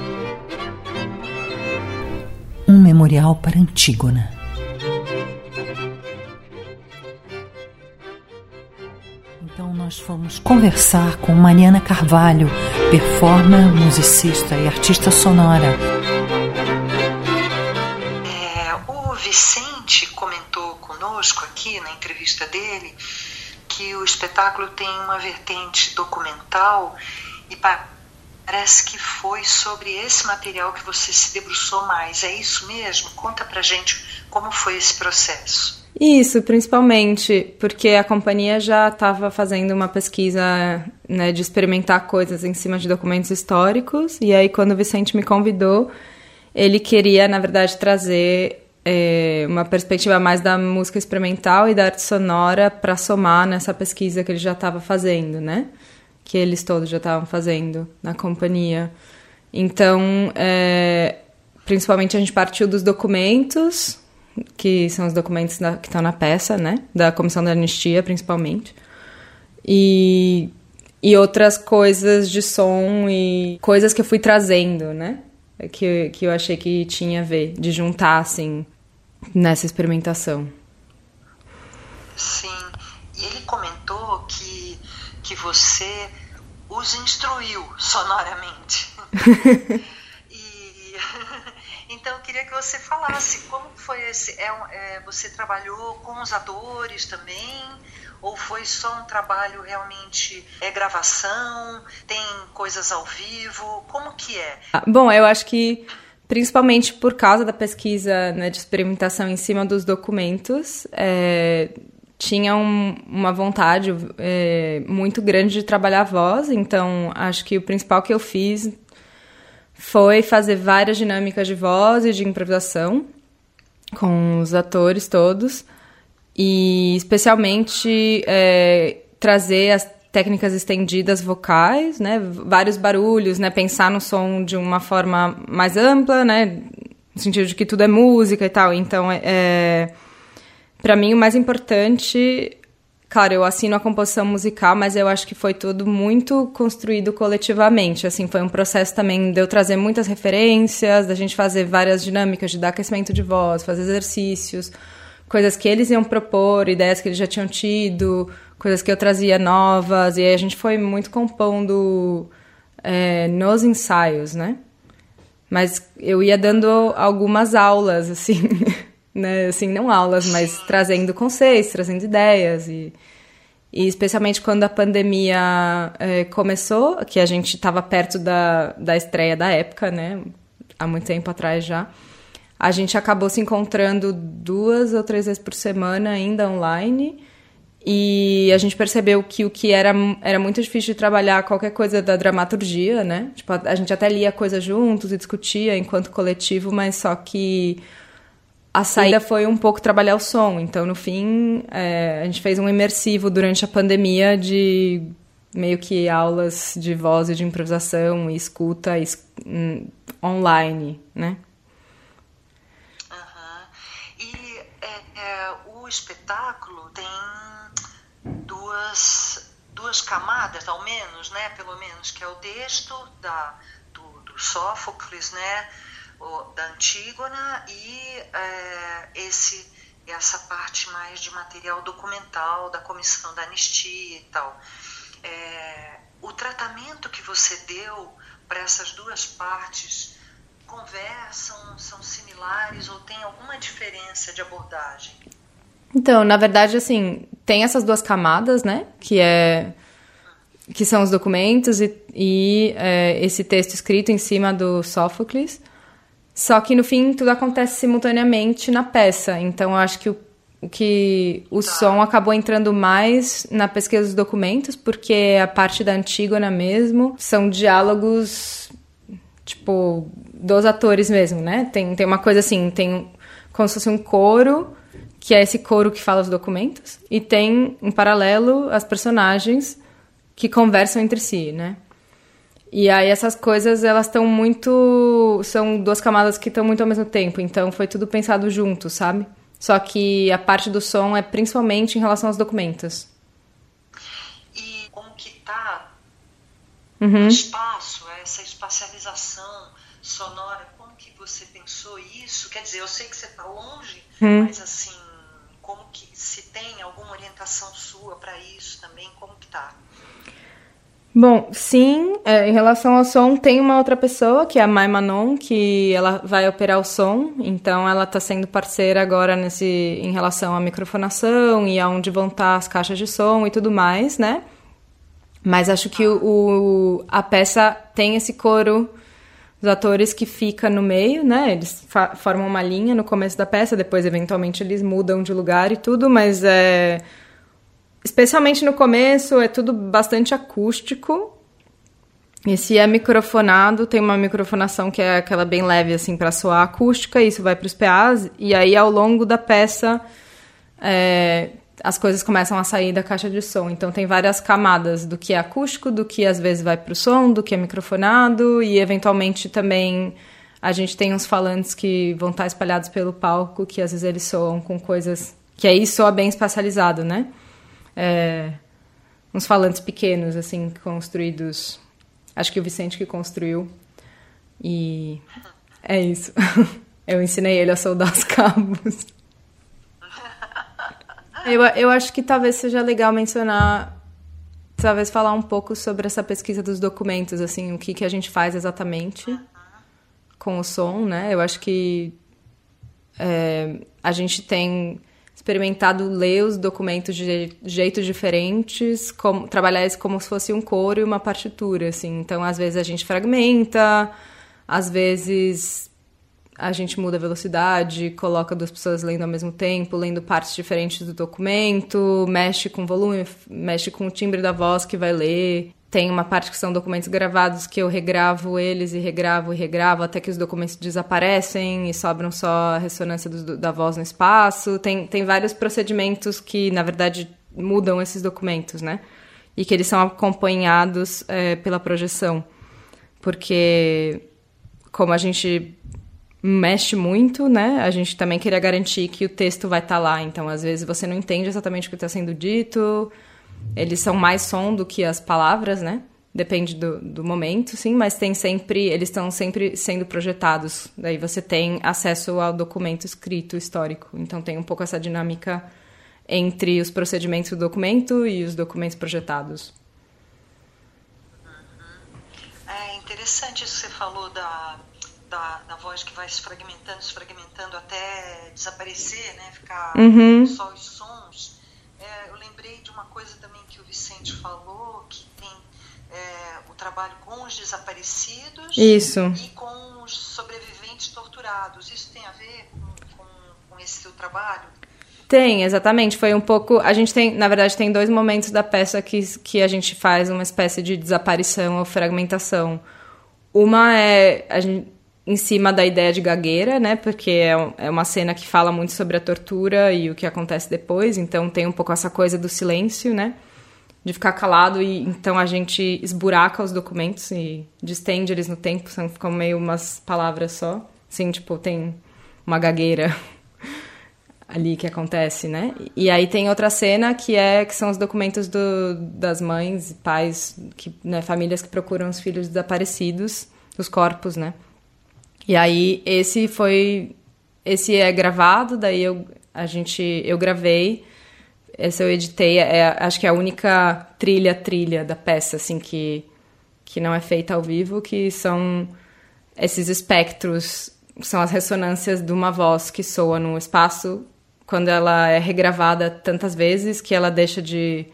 um memorial para Antígona. Então nós fomos conversar com Mariana Carvalho, performer, musicista e artista sonora. O Vicente comentou conosco aqui na entrevista dele que o espetáculo tem uma vertente documental, e parece que foi sobre esse material que você se debruçou mais. É isso mesmo? Conta pra gente como foi esse processo. Isso, principalmente porque a companhia já estava fazendo uma pesquisa, né, de experimentar coisas em cima de documentos históricos, e aí quando o Vicente me convidou, ele queria, na verdade, trazer uma perspectiva mais da música experimental e da arte sonora para somar nessa pesquisa que ele já estava fazendo, né? Que eles todos já estavam fazendo na companhia. Então, principalmente a gente partiu dos documentos, que são os documentos que estão na peça, né? Da Comissão da Anistia, principalmente. E outras coisas de som e coisas que eu fui trazendo, né? Que eu achei que tinha a ver, de juntar, assim, nessa experimentação. Sim. E ele comentou que você os instruiu sonoramente. Então eu queria que você falasse como foi esse. Você trabalhou com os atores também? Ou foi só um trabalho realmente? É gravação? Tem coisas ao vivo? Como que é? Bom, eu acho que principalmente por causa da pesquisa, né, de experimentação em cima dos documentos, tinha uma vontade muito grande de trabalhar a voz. Então acho que o principal que eu fiz foi fazer várias dinâmicas de voz e de improvisação com os atores todos e especialmente trazer as técnicas estendidas vocais, né, vários barulhos, né, pensar no som de uma forma mais ampla, né, no sentido de que tudo é música e tal. Então, para mim o mais importante, claro, eu assino a composição musical, mas eu acho que foi tudo muito construído coletivamente. Assim, foi um processo também de eu trazer muitas referências, da gente fazer várias dinâmicas de dar aquecimento de voz, fazer exercícios, coisas que eles iam propor, ideias que eles já tinham tido, coisas que eu trazia novas. E aí a gente foi muito compondo nos ensaios, né? Mas eu ia dando algumas aulas, assim... Né, assim, não aulas, mas trazendo conceitos, trazendo ideias e especialmente quando a pandemia começou, que a gente estava perto da estreia da época, né, há muito tempo atrás já, a gente acabou se encontrando 2 ou 3 vezes por semana ainda online e a gente percebeu que o que era muito difícil de trabalhar qualquer coisa da dramaturgia, né, tipo, a gente até lia coisas juntos e discutia enquanto coletivo, mas só que a saída foi um pouco trabalhar o som. Então, no fim, a gente fez um imersivo durante a pandemia de meio que aulas de voz e de improvisação e escuta online, né? E o espetáculo tem duas camadas, ao menos, né? Pelo menos, que é o texto do Sófocles, né? Da Antígona e essa parte mais de material documental da comissão da anistia e tal. O tratamento que você deu para essas duas partes conversam, são similares ou tem alguma diferença de abordagem? Então, na verdade, assim, tem essas duas camadas, né, que são os documentos e esse texto escrito em cima do Sófocles. Só que, no fim, tudo acontece simultaneamente na peça. Então, eu acho que o som acabou entrando mais na pesquisa dos documentos, porque a parte da Antígona mesmo são diálogos, tipo, dos atores mesmo, né? Tem uma coisa assim, tem como se fosse um coro, que é esse coro que fala os documentos, e tem, em paralelo, as personagens que conversam entre si, né? E aí essas coisas, elas estão muito... São duas camadas que estão muito ao mesmo tempo. Então, foi tudo pensado junto, sabe? Só que a parte do som é principalmente em relação aos documentos. E como que tá o espaço, essa espacialização sonora? Como que você pensou isso? Quer dizer, eu sei que você está longe, mas assim, como que se tem alguma orientação sua para isso também? Como que tá? Bom, sim, em relação ao som, tem uma outra pessoa, que é a Mai Manon, que ela vai operar o som, então ela está sendo parceira agora em relação à microfonação e aonde vão estar as caixas de som e tudo mais, né? Mas acho que a peça tem esse coro dos atores que fica no meio, né? Eles formam uma linha no começo da peça, depois eventualmente eles mudam de lugar e tudo, mas especialmente no começo, é tudo bastante acústico. E se é microfonado, tem uma microfonação que é aquela bem leve, assim, para soar acústica, e isso vai para os PAs. E aí, ao longo da peça, as coisas começam a sair da caixa de som. Então, tem várias camadas do que é acústico, do que às vezes vai para o som, do que é microfonado. E, eventualmente, também a gente tem uns falantes que vão estar espalhados pelo palco, que às vezes eles soam com coisas... Que aí soa bem espacializado, né? Uns falantes pequenos, assim, construídos. Acho que o Vicente que construiu. E é isso. Eu ensinei ele a soldar os cabos. Eu acho que talvez seja legal mencionar, talvez falar um pouco sobre essa pesquisa dos documentos, assim, o que a gente faz exatamente com o som, né? Eu acho que a gente tem experimentado ler os documentos de jeitos diferentes, trabalhar isso como se fosse um coro e uma partitura, assim. Então, às vezes a gente fragmenta, às vezes a gente muda a velocidade, coloca duas pessoas lendo ao mesmo tempo, lendo partes diferentes do documento, mexe com o volume, mexe com o timbre da voz que vai ler. Tem uma parte que são documentos gravados que eu regravo eles e regravo até que os documentos desaparecem e sobram só a ressonância da voz no espaço. Tem vários procedimentos que, na verdade, mudam esses documentos, né? E que eles são acompanhados pela projeção. Porque, como a gente mexe muito, né? A gente também queria garantir que o texto vai estar lá. Então, às vezes, você não entende exatamente o que está sendo dito. Eles são mais som do que as palavras, né? Depende do momento, sim, mas eles estão sempre sendo projetados. Daí você tem acesso ao documento escrito histórico. Então tem um pouco essa dinâmica entre os procedimentos do documento e os documentos projetados. É interessante isso que você falou da voz que vai se fragmentando até desaparecer, né? Ficar só os sons. Eu lembrei de uma coisa também que o Vicente falou, que tem o trabalho com os desaparecidos. Isso. E com os sobreviventes torturados. Isso tem a ver com esse seu trabalho? Tem, exatamente. Foi um pouco... A gente tem, na verdade, tem 2 momentos da peça que a gente faz uma espécie de desaparição ou fragmentação. Uma em cima da ideia de gagueira, né? Porque é uma cena que fala muito sobre a tortura e o que acontece depois. Então tem um pouco essa coisa do silêncio, né? De ficar calado e então a gente esburaca os documentos e distende eles no tempo. Ficam meio umas palavras só. Assim, tipo, tem uma gagueira ali que acontece, né? E aí tem outra cena que são os documentos das mães e pais, né, famílias que procuram os filhos desaparecidos, os corpos, né? E aí esse é gravado, daí eu gravei, esse eu editei, acho que é a única trilha da peça, assim, que não é feita ao vivo, que são esses espectros, são as ressonâncias de uma voz que soa num espaço quando ela é regravada tantas vezes que ela deixa de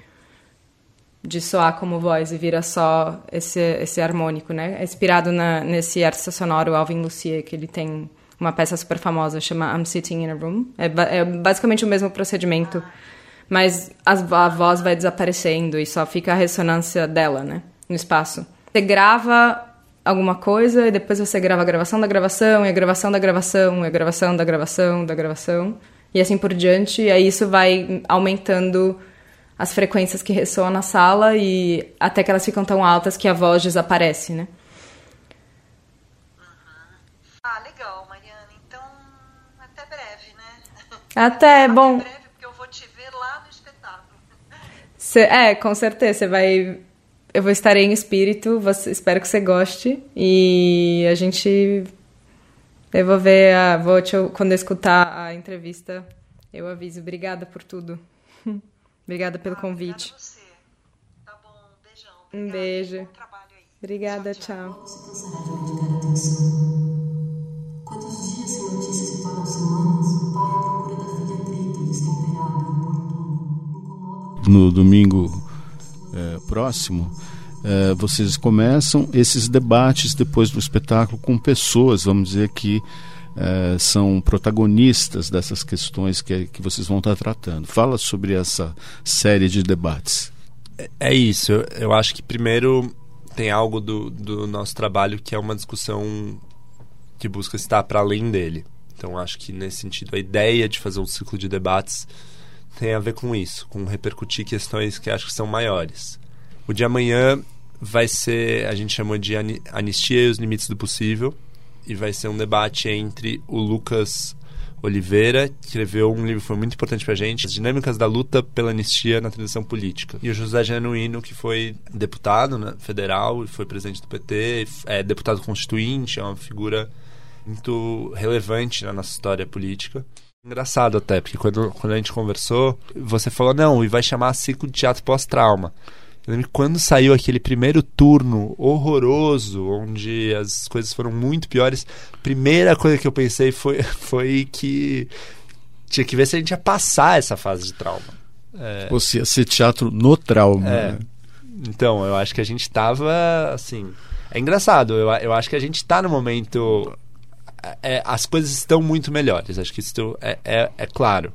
soar como voz e vira só esse harmônico, né? É inspirado nesse artista sonoro Alvin Lucier, que ele tem uma peça super famosa, chama I'm Sitting in a Room. É basicamente o mesmo procedimento, mas a voz vai desaparecendo e só fica a ressonância dela, né? No espaço. Você grava alguma coisa e depois você grava a gravação da gravação, e a gravação da gravação, e a gravação da gravação, da gravação, e assim por diante. E aí isso vai aumentando as frequências que ressoam na sala e até que elas ficam tão altas que a voz desaparece, né? Legal, Mariana. Então, até breve, né? Até, bom... Até breve, porque eu vou te ver lá no espetáculo. Com certeza, eu vou estar em espírito, espero que você goste, e a gente... Eu vou ver, quando eu escutar a entrevista, eu aviso. Obrigada por tudo. Obrigada pelo convite. Obrigada a você. Tá bom, um beijão. Um beijo. Bom trabalho aí. Obrigada, tchau. Você cansará de medicar atenção. Quantos dias sem notícias se tornam semanas, o pai à procura da filha trita, destemperada, importuna, incomoda... No domingo próximo, vocês começam esses debates depois do espetáculo com pessoas, vamos dizer, que são protagonistas dessas questões que vocês vão estar tratando. Fala sobre essa série de debates. É isso. Eu acho que primeiro tem algo do nosso trabalho que é uma discussão que busca estar para além dele. Então acho que nesse sentido a ideia de fazer um ciclo de debates tem a ver com isso, com repercutir questões que acho que são maiores. O de amanhã vai ser, a gente chamou de Anistia e os Limites do Possível, e vai ser um debate entre o Lucas Oliveira, que escreveu um livro que foi muito importante pra gente, As Dinâmicas da Luta pela Anistia na Transição Política, e o José Genuíno, que foi deputado, né, federal, foi presidente do PT, é deputado constituinte, é uma figura muito relevante na nossa história política. Engraçado até, porque quando a gente conversou, você falou, não, e vai chamar ciclo de teatro pós-trauma. Eu lembro que quando saiu aquele primeiro turno horroroso, onde as coisas foram muito piores, a primeira coisa que eu pensei foi que tinha que ver se a gente ia passar essa fase de trauma. Ou se ia ser teatro no trauma. Né? Então, eu acho que a gente tava, assim... É engraçado, eu acho que a gente tá no momento... as coisas estão muito melhores, acho que isso é claro.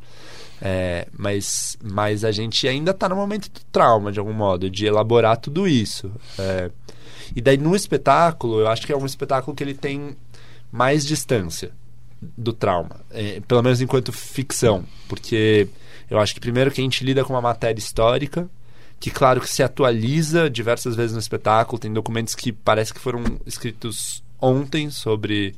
Mas a gente ainda está no momento do trauma, de algum modo, de elaborar tudo isso. E daí no espetáculo, eu acho que é um espetáculo que ele tem mais distância do trauma, pelo menos enquanto ficção, porque eu acho que primeiro que a gente lida com uma matéria histórica, que claro que se atualiza diversas vezes no espetáculo, tem documentos que parece que foram escritos ontem sobre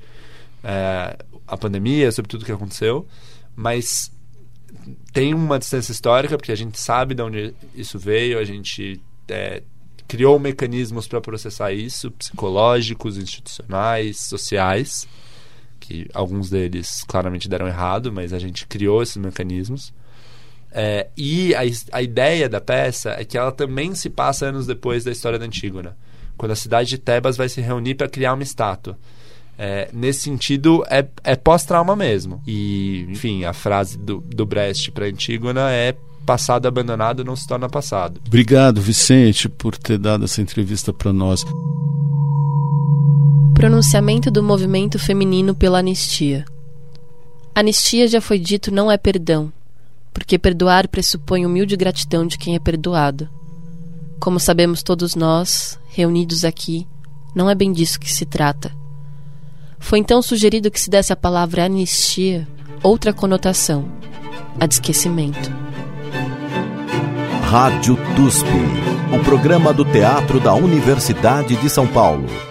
a pandemia, sobre tudo que aconteceu, mas tem uma distância histórica, porque a gente sabe de onde isso veio, a gente criou mecanismos para processar isso, psicológicos, institucionais, sociais, que alguns deles claramente deram errado, mas a gente criou esses mecanismos. E a ideia da peça é que ela também se passa anos depois da história da Antígona, quando a cidade de Tebas vai se reunir para criar uma estátua. Nesse sentido, é pós-trauma mesmo. E, enfim, a frase do Brecht para Antígona é: passado abandonado não se torna passado. Obrigado, Vicente, por ter dado essa entrevista para nós. Pronunciamento do movimento feminino pela anistia. Anistia, já foi dito, não é perdão, porque perdoar pressupõe humilde gratidão de quem é perdoado. Como sabemos todos nós, reunidos aqui, não é bem disso que se trata. Foi então sugerido que se desse à palavra anistia outra conotação, a de esquecimento. Rádio TUSP, o programa do Teatro da Universidade de São Paulo.